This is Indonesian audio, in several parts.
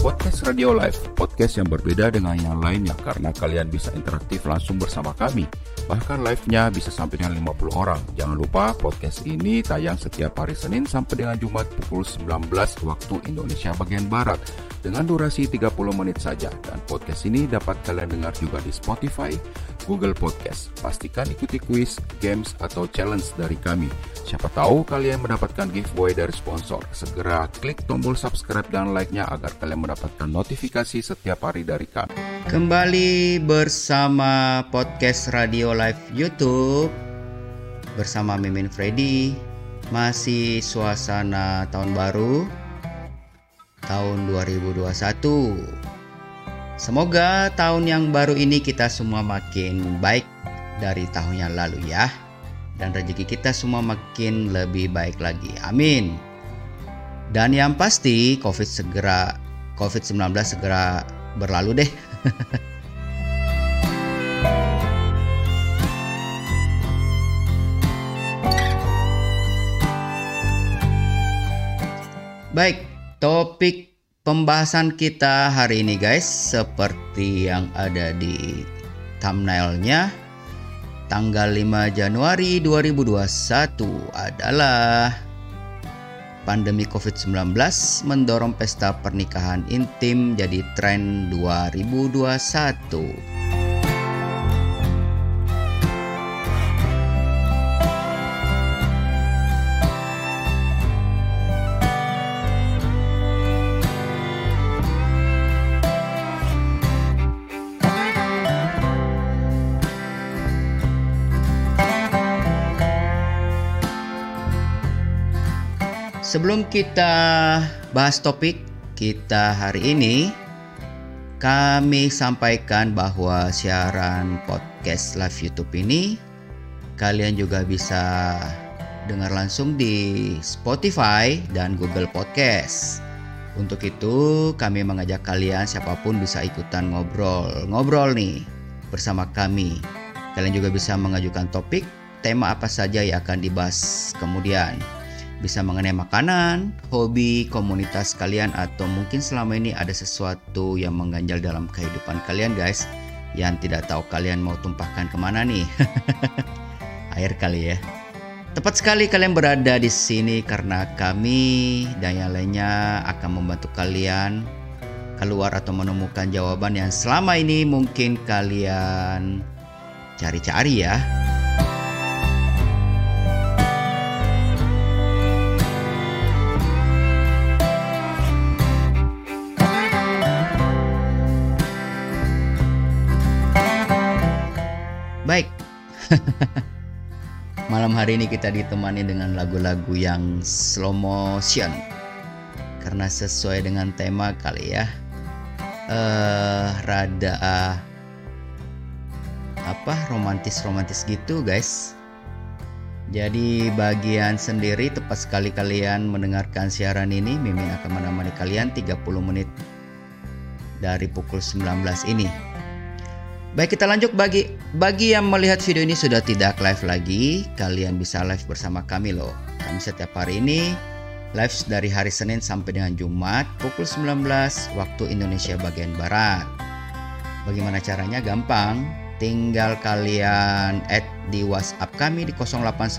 Podcast Radio Live, podcast yang berbeda dengan yang lainnya karena kalian bisa interaktif langsung bersama kami. Bahkan live-nya bisa sampai dengan 50 orang. Jangan lupa podcast ini tayang setiap hari Senin sampai dengan Jumat pukul 19 waktu Indonesia bagian Barat dengan durasi 30 menit saja. Dan podcast ini dapat kalian dengar juga di Spotify, Google Podcast. Pastikan ikuti kuis, games, atau challenge dari kami. Siapa tahu kalian mendapatkan giveaway dari sponsor. Segera klik tombol subscribe dan like-nya agar kalian mendapatkan notifikasi setiap hari dari kami. Kembali bersama podcast Radio Live YouTube bersama Mimin Freddy. Masih suasana tahun baru tahun 2021. Semoga tahun yang baru ini kita semua makin baik dari tahun yang lalu ya. Dan rezeki kita semua makin lebih baik lagi. Amin. Dan yang pasti COVID-19 segera berlalu deh. Baik, topik pembahasan kita hari ini guys, seperti yang ada di thumbnailnya, tanggal 5 Januari 2021 adalah pandemi COVID-19 mendorong pesta pernikahan intim jadi tren 2021. Sebelum kita bahas topik kita hari ini, kami sampaikan bahwa siaran podcast live YouTube ini kalian juga bisa dengar langsung di Spotify dan Google Podcast. Untuk itu kami mengajak kalian siapapun bisa ikutan ngobrol nih bersama kami. Kalian juga bisa mengajukan topik, tema apa saja yang akan dibahas kemudian. Bisa mengenai makanan, hobi, komunitas kalian, atau mungkin selama ini ada sesuatu yang mengganjal dalam kehidupan kalian guys, yang tidak tahu kalian mau tumpahkan kemana nih. Air kali ya. Tepat sekali kalian berada di sini karena kami dan yang lainnya akan membantu kalian keluar atau menemukan jawaban yang selama ini mungkin kalian cari-cari ya. Baik, malam hari ini kita ditemani dengan lagu-lagu yang slow motion karena sesuai dengan tema kali ya. Rada romantis gitu guys. Jadi bagian sendiri tepat sekali kalian mendengarkan siaran ini. Mimin akan menemani kalian 30 menit dari pukul 19 ini. Baik, kita lanjut. Bagi yang melihat video ini sudah tidak live lagi, kalian bisa live bersama kami loh. Kami setiap hari ini live dari hari Senin sampai dengan Jumat pukul 19 waktu Indonesia bagian Barat. Bagaimana caranya? Gampang. Tinggal kalian add di WhatsApp kami di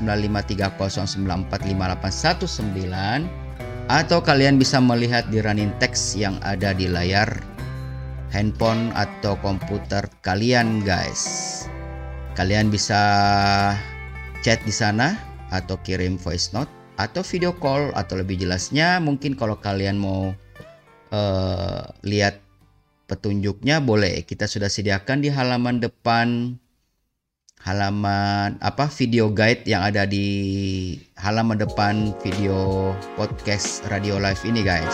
089530945819 atau kalian bisa melihat di running text yang ada di layar handphone atau komputer kalian guys. Kalian bisa chat di sana atau kirim voice note atau video call, atau lebih jelasnya mungkin kalau kalian mau lihat petunjuknya boleh. Kita sudah sediakan di halaman depan video guide yang ada di halaman depan video podcast Radio Live ini guys.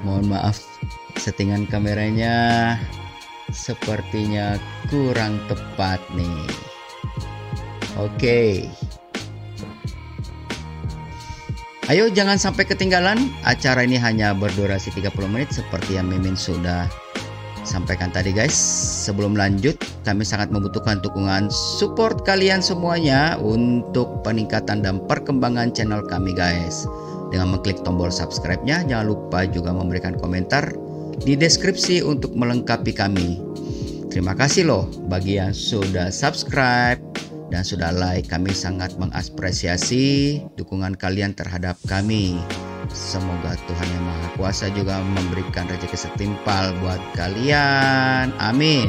Mohon maaf, settingan kameranya sepertinya kurang tepat nih. Oke. Ayo jangan sampai ketinggalan. Acara ini hanya berdurasi 30 menit seperti yang Mimin sudah sampaikan tadi guys. Sebelum lanjut, kami sangat membutuhkan dukungan support kalian semuanya untuk peningkatan dan perkembangan channel kami guys. Dengan mengklik tombol subscribe-nya, jangan lupa juga memberikan komentar di deskripsi untuk melengkapi kami. Terima kasih loh bagi yang sudah subscribe dan sudah like. Kami sangat mengapresiasi dukungan kalian terhadap kami. Semoga Tuhan Yang Maha Kuasa juga memberikan rezeki setimpal buat kalian. Amin.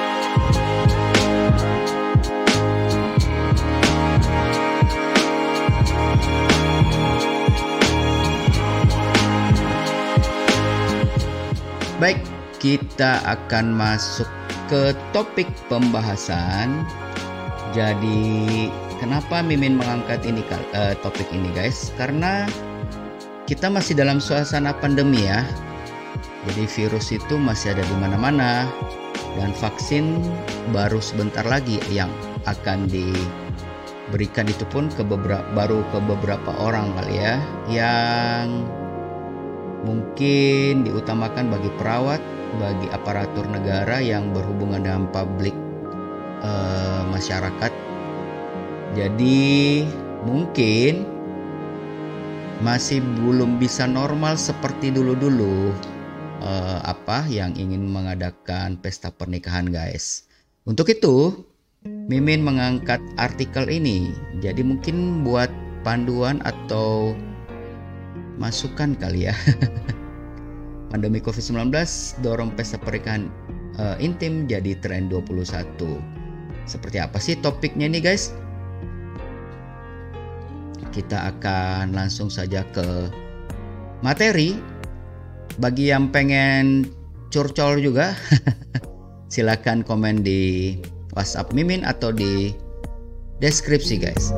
Baik, kita akan masuk ke topik pembahasan. Jadi kenapa Mimin mengangkat ini topik ini guys? Karena kita masih dalam suasana pandemi ya. Jadi virus itu masih ada di mana-mana dan vaksin baru sebentar lagi yang akan diberikan, itu pun baru ke beberapa orang kali ya, yang mungkin diutamakan bagi perawat, bagi aparatur negara yang berhubungan dengan publik masyarakat. Jadi mungkin masih belum bisa normal seperti dulu-dulu yang ingin mengadakan pesta pernikahan guys. Untuk itu Mimin mengangkat artikel ini. Jadi mungkin buat panduan atau masukan kali ya. Pandemi COVID-19 dorong pesta pernikahan intim jadi tren 21. Seperti apa sih topiknya nih guys? Kita akan langsung saja ke materi. Bagi yang pengen curcol juga silakan komen di WhatsApp Mimin atau di deskripsi guys.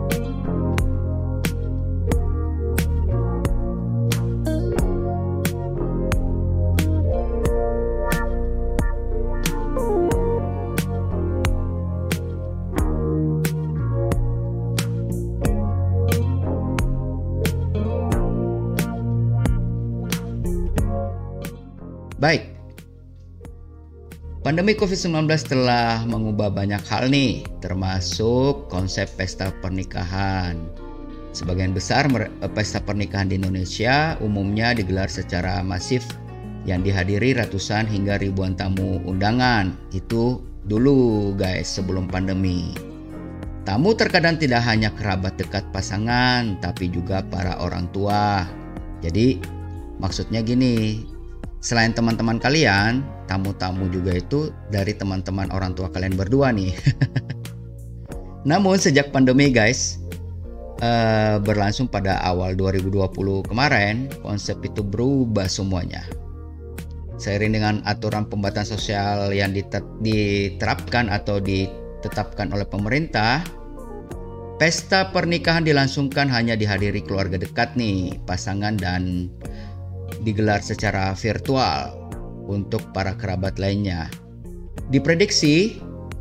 Baik, pandemi COVID-19 telah mengubah banyak hal nih, termasuk konsep pesta pernikahan. Sebagian besar pesta pernikahan di Indonesia umumnya digelar secara masif yang dihadiri ratusan hingga ribuan tamu undangan. Itu dulu guys, sebelum pandemi. Tamu terkadang tidak hanya kerabat dekat pasangan, tapi juga para orang tua. Jadi maksudnya gini, selain teman-teman kalian, tamu-tamu juga itu dari teman-teman orang tua kalian berdua nih. Namun sejak pandemi guys berlangsung pada awal 2020 kemarin, konsep itu berubah semuanya. Seiring dengan aturan pembatasan sosial yang diterapkan atau ditetapkan oleh pemerintah, pesta pernikahan dilangsungkan hanya dihadiri keluarga dekat nih, pasangan, dan digelar secara virtual untuk para kerabat lainnya. Diprediksi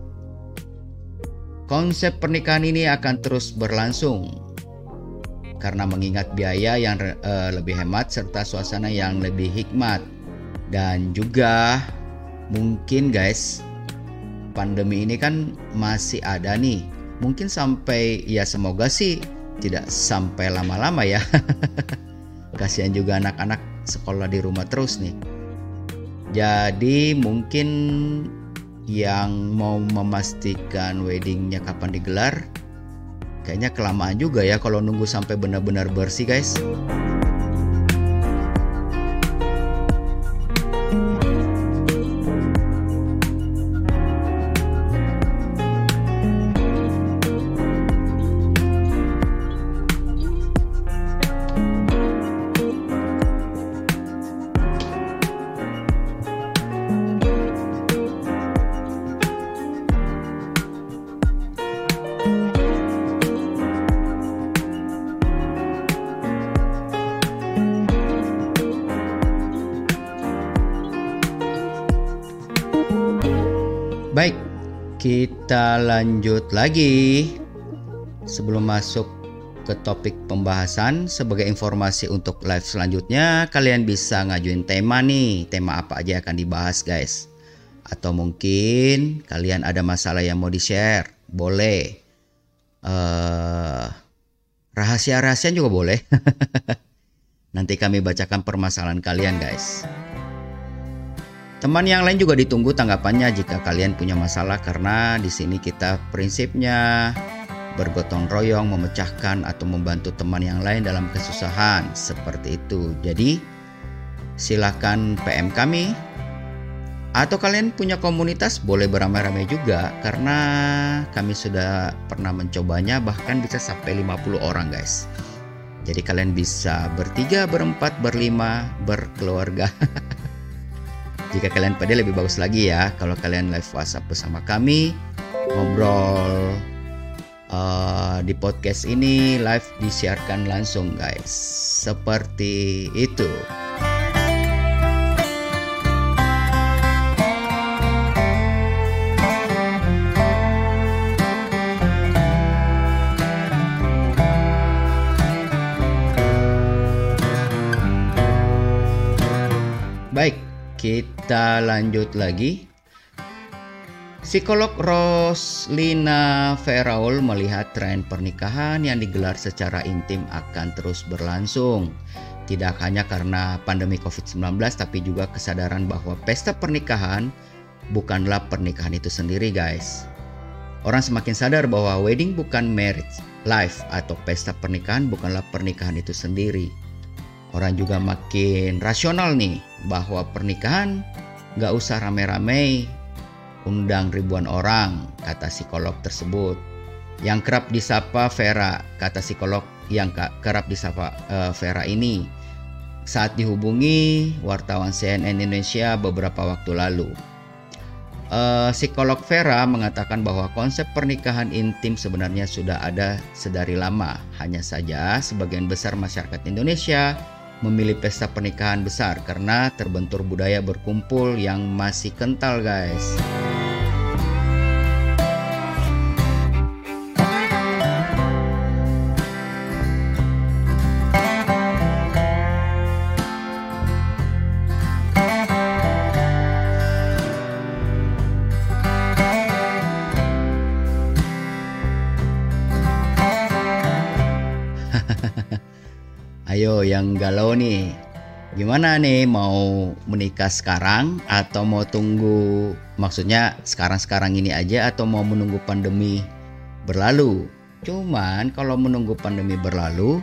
konsep pernikahan ini akan terus berlangsung karena mengingat biaya yang lebih hemat serta suasana yang lebih hikmat. Dan juga mungkin guys, pandemi ini kan masih ada nih, mungkin sampai, ya semoga sih tidak sampai lama-lama ya. Kasihan juga anak-anak sekolah di rumah terus nih. Jadi mungkin yang mau memastikan weddingnya kapan digelar, kayaknya kelamaan juga ya kalau nunggu sampai benar-benar bersih guys. Baik, kita lanjut lagi. Sebelum masuk ke topik pembahasan, sebagai informasi untuk live selanjutnya, kalian bisa ngajuin tema nih. Tema apa aja akan dibahas guys. Atau mungkin kalian ada masalah yang mau di-share, boleh. Rahasia-rahasia juga boleh. Nanti kami bacakan permasalahan kalian guys. Teman yang lain juga ditunggu tanggapannya jika kalian punya masalah, karena di sini kita prinsipnya bergotong royong, memecahkan atau membantu teman yang lain dalam kesusahan, seperti itu. Jadi silakan PM kami, atau kalian punya komunitas boleh beramai-ramai juga, karena kami sudah pernah mencobanya bahkan bisa sampai 50 orang guys. Jadi kalian bisa bertiga, berempat, berlima, berkeluarga. Jika kalian pede lebih bagus lagi ya kalau kalian live WhatsApp bersama kami, ngobrol. Di podcast ini live disiarkan langsung guys, seperti itu. Baik, kita lanjut lagi. Psikolog Roslina Feraul melihat tren pernikahan yang digelar secara intim akan terus berlangsung. Tidak hanya karena pandemi COVID-19, tapi juga kesadaran bahwa pesta pernikahan bukanlah pernikahan itu sendiri guys. Orang semakin sadar bahwa wedding bukan marriage life, atau pesta pernikahan bukanlah pernikahan itu sendiri. Orang juga makin rasional nih, bahwa pernikahan gak usah rame-rame, undang ribuan orang, kata psikolog tersebut. Yang kerap disapa Vera, kata psikolog yang kerap disapa Vera ini saat dihubungi wartawan CNN Indonesia beberapa waktu lalu. Psikolog Vera mengatakan bahwa konsep pernikahan intim sebenarnya sudah ada sedari lama. Hanya saja sebagian besar masyarakat Indonesia memilih pesta pernikahan besar karena terbentur budaya berkumpul yang masih kental guys. Ayo yang galau nih, gimana nih, mau menikah sekarang atau mau tunggu, maksudnya sekarang-sekarang ini aja atau mau menunggu pandemi berlalu? Cuman kalau menunggu pandemi berlalu,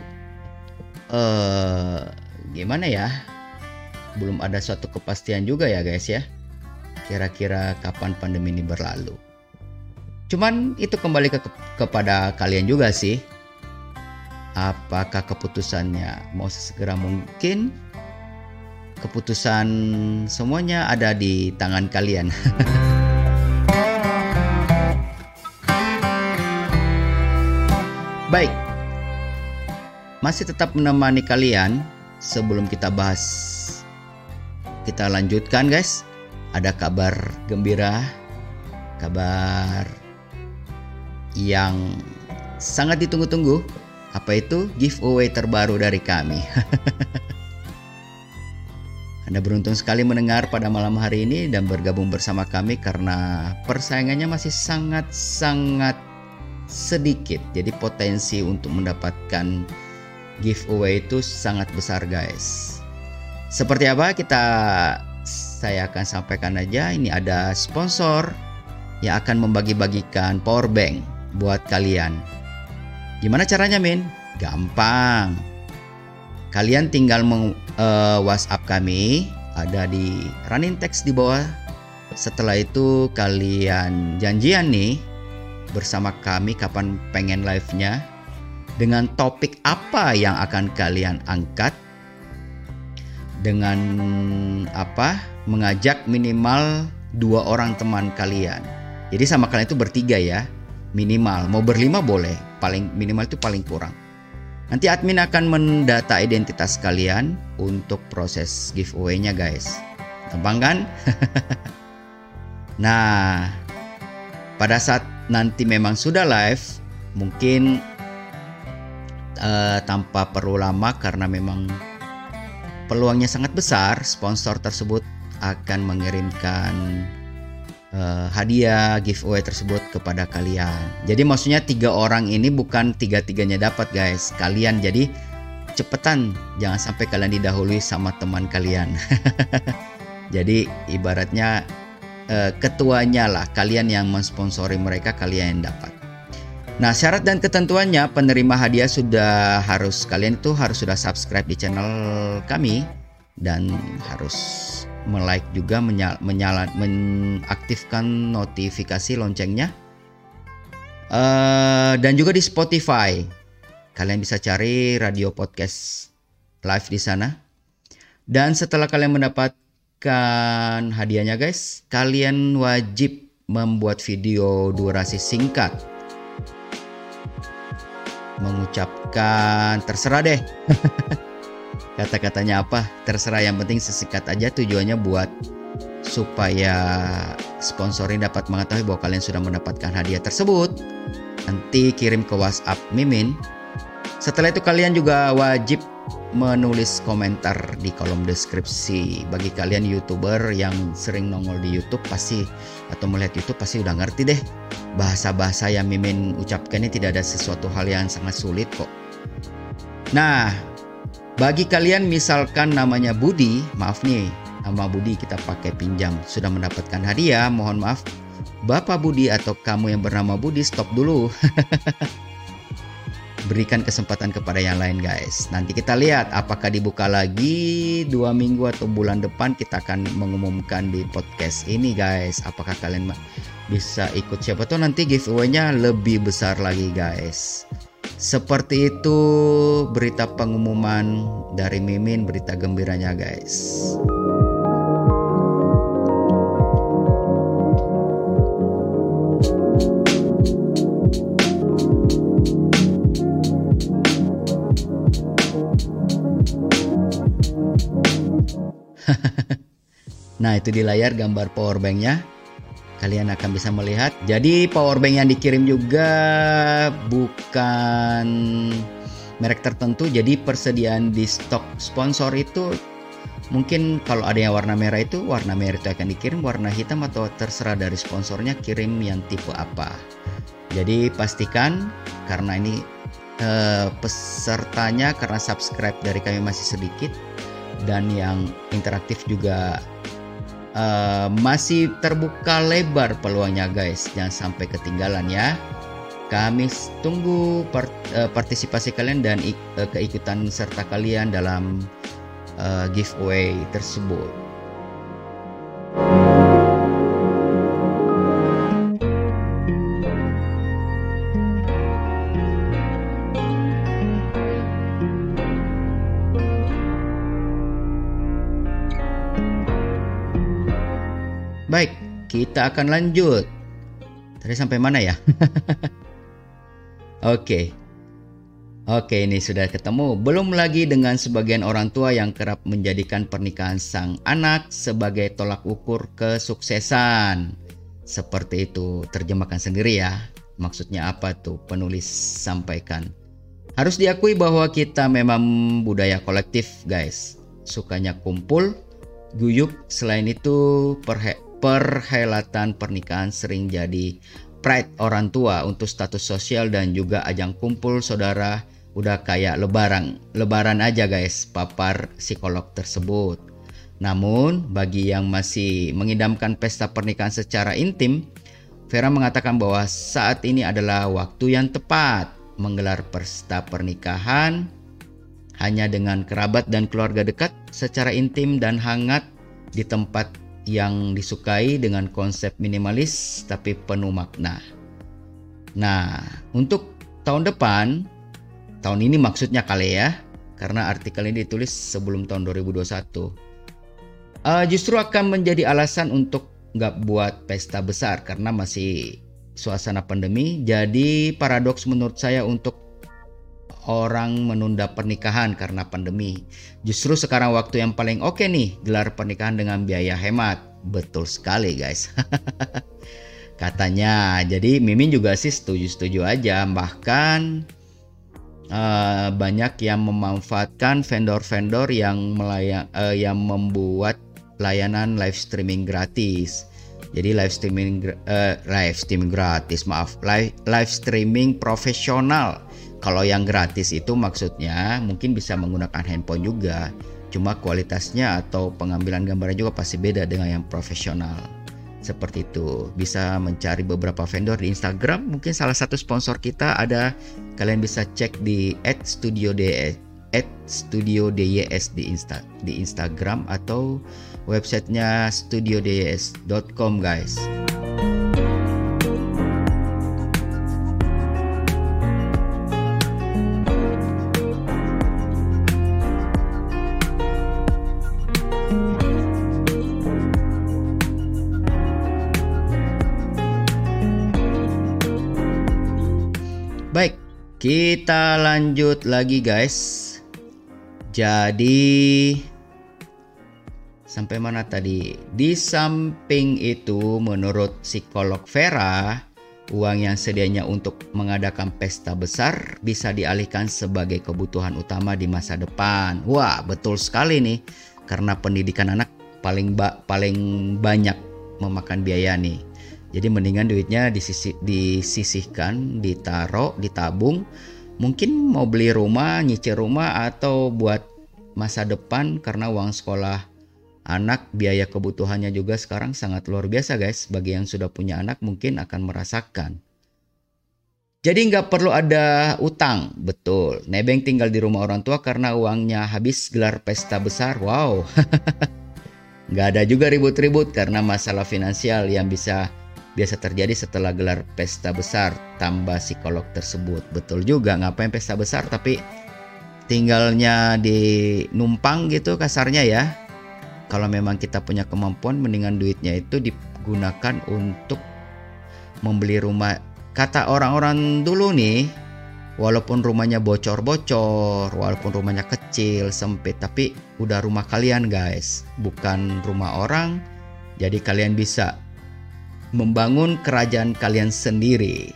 gimana ya, belum ada suatu kepastian juga ya guys ya, kira-kira kapan pandemi ini berlalu. Cuman itu kembali kepada kalian juga sih. Apakah keputusannya mau sesegera mungkin? Keputusan semuanya ada di tangan kalian. Baik, masih tetap menemani kalian. Sebelum kita bahas, kita lanjutkan guys. Ada kabar gembira, kabar yang sangat ditunggu-tunggu. Apa itu? Giveaway terbaru dari kami. Anda beruntung sekali mendengar pada malam hari ini dan bergabung bersama kami karena persaingannya masih sangat-sangat sedikit. Jadi potensi untuk mendapatkan giveaway itu sangat besar guys. Seperti apa? Saya akan sampaikan aja. Ini ada sponsor yang akan membagi-bagikan power bank buat kalian. Gimana caranya Min? Gampang. Kalian tinggal WhatsApp kami, ada di running text di bawah. Setelah itu kalian janjian nih bersama kami kapan pengen live-nya, dengan topik apa yang akan kalian angkat, dengan apa, mengajak minimal 2 orang teman kalian. Jadi sama kalian itu bertiga ya, minimal. Mau berlima boleh, paling minimal itu paling kurang. Nanti admin akan mendata identitas kalian untuk proses giveaway-nya guys. Gampang kan? Nah, pada saat nanti memang sudah live, mungkin tanpa perlu lama karena memang peluangnya sangat besar, sponsor tersebut akan mengirimkan hadiah giveaway tersebut kepada kalian. Jadi maksudnya 3 orang ini bukan 3-3-nya dapat guys. Kalian jadi cepetan, jangan sampai kalian didahului sama teman kalian. Jadi ibaratnya ketuanya lah, kalian yang mensponsori mereka, kalian yang dapat. Nah, syarat dan ketentuannya, penerima hadiah kalian itu harus sudah subscribe di channel kami dan harus like juga, mengaktifkan notifikasi loncengnya, dan juga di Spotify. Kalian bisa cari radio podcast live di sana. Dan setelah kalian mendapatkan hadiahnya guys, kalian wajib membuat video durasi singkat mengucapkan, terserah deh kata-katanya apa, terserah, yang penting sesingkat aja. Tujuannya buat supaya sponsor ini dapat mengetahui bahwa kalian sudah mendapatkan hadiah tersebut. Nanti kirim ke WhatsApp Mimin. Setelah itu kalian juga wajib menulis komentar di kolom deskripsi. Bagi kalian YouTuber yang sering nongol di YouTube pasti, atau melihat YouTube pasti udah ngerti deh, bahasa-bahasa yang Mimin ucapkan ini tidak ada sesuatu hal yang sangat sulit kok. Nah, bagi kalian misalkan namanya Budi, maaf nih, nama Budi kita pakai pinjam, sudah mendapatkan hadiah, mohon maaf Bapak Budi atau kamu yang bernama Budi, stop dulu. Berikan kesempatan kepada yang lain guys. Nanti kita lihat apakah dibuka lagi 2 minggu atau bulan depan, kita akan mengumumkan di podcast ini guys. Apakah kalian bisa ikut, siapa tahu nanti giveaway-nya lebih besar lagi guys. Seperti itu berita pengumuman dari Mimin, berita gembiranya guys. Nah, itu di layar gambar powerbanknya, kalian akan bisa melihat. Jadi powerbank yang dikirim juga bukan merek tertentu, jadi persediaan di stok sponsor itu mungkin kalau ada yang warna merah itu akan dikirim, warna hitam atau terserah dari sponsornya kirim yang tipe apa. Jadi pastikan, karena ini pesertanya, karena subscribe dari kami masih sedikit dan yang interaktif juga masih terbuka lebar peluangnya guys, jangan sampai ketinggalan ya. Kami tunggu partisipasi kalian dan keikutan serta kalian dalam giveaway tersebut. Baik, kita akan lanjut. Tadi sampai mana ya? Oke, ini sudah ketemu. Belum lagi dengan sebagian orang tua yang kerap menjadikan pernikahan sang anak sebagai tolak ukur kesuksesan. Seperti itu, terjemahkan sendiri ya. Maksudnya apa tuh penulis sampaikan. Harus diakui bahwa kita memang budaya kolektif guys. Sukanya kumpul, guyup. Selain itu perhelatan pernikahan sering jadi pride orang tua untuk status sosial dan juga ajang kumpul saudara. Udah kayak lebaran aja guys, papar psikolog tersebut. Namun bagi yang masih mengidamkan pesta pernikahan secara intim, Vera mengatakan bahwa saat ini adalah waktu yang tepat menggelar pesta pernikahan hanya dengan kerabat dan keluarga dekat secara intim dan hangat di tempat yang disukai dengan konsep minimalis tapi penuh makna. Nah, untuk tahun depan, tahun ini maksudnya kali ya, karena artikel ini ditulis sebelum tahun 2021, justru akan menjadi alasan untuk nggak buat pesta besar karena masih suasana pandemi. Jadi paradoks menurut saya untuk orang menunda pernikahan karena pandemi. Justru sekarang waktu yang paling oke nih gelar pernikahan dengan biaya hemat. Betul sekali guys. katanya. Jadi Mimin juga sih setuju-setuju aja. Bahkan banyak yang memanfaatkan vendor-vendor yang membuat layanan live streaming gratis. Jadi live streaming profesional. Kalau yang gratis itu maksudnya mungkin bisa menggunakan handphone juga. Cuma kualitasnya atau pengambilan gambarnya juga pasti beda dengan yang profesional. Seperti itu. Bisa mencari beberapa vendor di Instagram. Mungkin salah satu sponsor kita ada. Kalian bisa cek di @studio_dys di Instagram atau websitenya studiodys.com guys. Baik, kita lanjut lagi guys. Jadi sampai mana tadi? Di samping itu menurut psikolog Vera, uang yang sedianya untuk mengadakan pesta besar bisa dialihkan sebagai kebutuhan utama di masa depan. Wah, betul sekali nih. Karena pendidikan anak paling banyak memakan biaya nih. Jadi mendingan duitnya disisihkan, ditaruh, ditabung. Mungkin mau beli rumah, nyicil rumah, atau buat masa depan. Karena uang sekolah anak, biaya kebutuhannya juga sekarang sangat luar biasa guys. Bagi yang sudah punya anak mungkin akan merasakan. Jadi nggak perlu ada utang, betul. Nebeng tinggal di rumah orang tua karena uangnya habis gelar pesta besar. Wow, nggak ada juga ribut-ribut karena masalah finansial yang biasa terjadi setelah gelar pesta besar, tambah psikolog tersebut. Betul juga, ngapain pesta besar tapi tinggalnya di numpang gitu kasarnya ya. Kalau memang kita punya kemampuan, mendingan duitnya itu digunakan untuk membeli rumah. Kata orang-orang dulu nih, walaupun rumahnya bocor-bocor, walaupun rumahnya kecil, sempit, tapi udah rumah kalian guys, bukan rumah orang. Jadi kalian bisa membangun kerajaan kalian sendiri.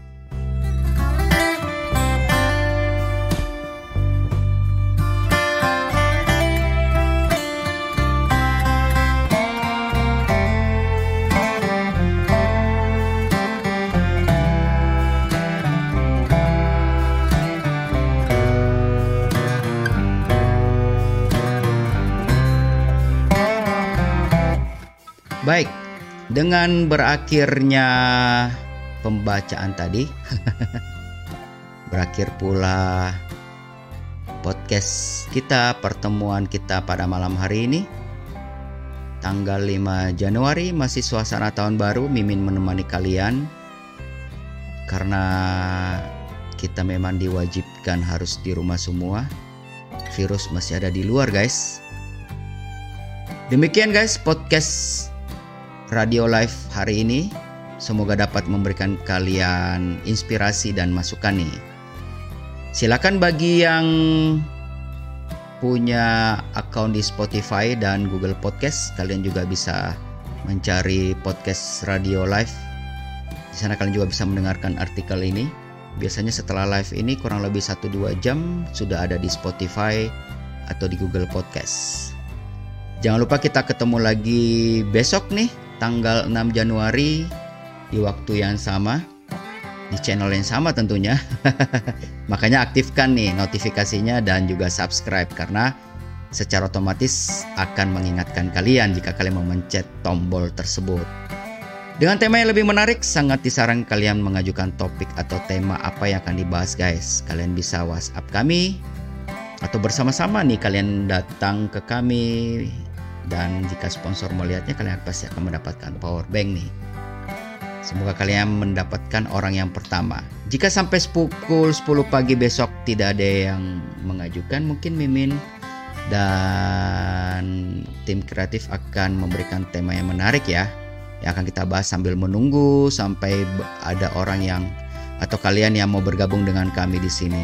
Baik. Dengan berakhirnya pembacaan tadi, berakhir pula podcast kita, pertemuan kita pada malam hari ini. Tanggal 5 Januari, masih suasana tahun baru, Mimin menemani kalian. Karena kita memang diwajibkan harus di rumah semua. Virus masih ada di luar guys. Demikian guys podcast Radio Live hari ini. Semoga dapat memberikan kalian inspirasi dan masukan nih. Silakan bagi yang punya akun di Spotify dan Google Podcast, kalian juga bisa mencari podcast Radio Live. Di sana kalian juga bisa mendengarkan artikel ini. Biasanya setelah live ini kurang lebih 1-2 jam sudah ada di Spotify atau di Google Podcast. Jangan lupa kita ketemu lagi besok nih, tanggal 6 Januari di waktu yang sama, di channel yang sama tentunya. Makanya aktifkan nih notifikasinya dan juga subscribe, karena secara otomatis akan mengingatkan kalian jika kalian memencet tombol tersebut. Dengan tema yang lebih menarik, sangat disarankan kalian mengajukan topik atau tema apa yang akan dibahas guys. Kalian bisa WhatsApp kami atau bersama-sama nih kalian datang ke kami. Dan jika sponsor melihatnya, kalian pasti akan mendapatkan power bank nih. Semoga kalian mendapatkan orang yang pertama. Jika sampai pukul 10 pagi besok tidak ada yang mengajukan, mungkin Mimin dan tim kreatif akan memberikan tema yang menarik ya, yang akan kita bahas sambil menunggu sampai ada orang yang atau kalian yang mau bergabung dengan kami di sini.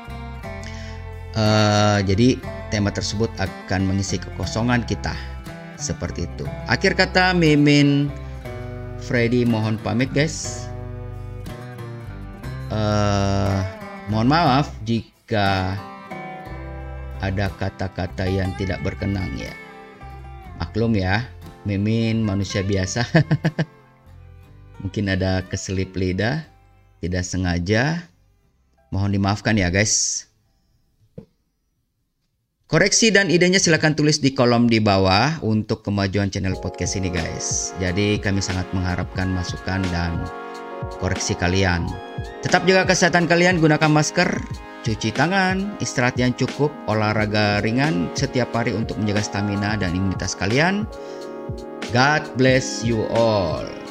Jadi tema tersebut akan mengisi kekosongan kita. Seperti itu. Akhir kata, Mimin Freddy mohon pamit guys. Mohon maaf jika ada kata-kata yang tidak berkenan ya. Maklum ya, Mimin manusia biasa. Mungkin ada keselip lidah, tidak sengaja. Mohon dimaafkan ya guys. Koreksi dan idenya silakan tulis di kolom di bawah untuk kemajuan channel podcast ini guys. Jadi kami sangat mengharapkan masukan dan koreksi kalian. Tetap jaga kesehatan kalian, gunakan masker, cuci tangan, istirahat yang cukup, olahraga ringan setiap hari untuk menjaga stamina dan imunitas kalian. God bless you all.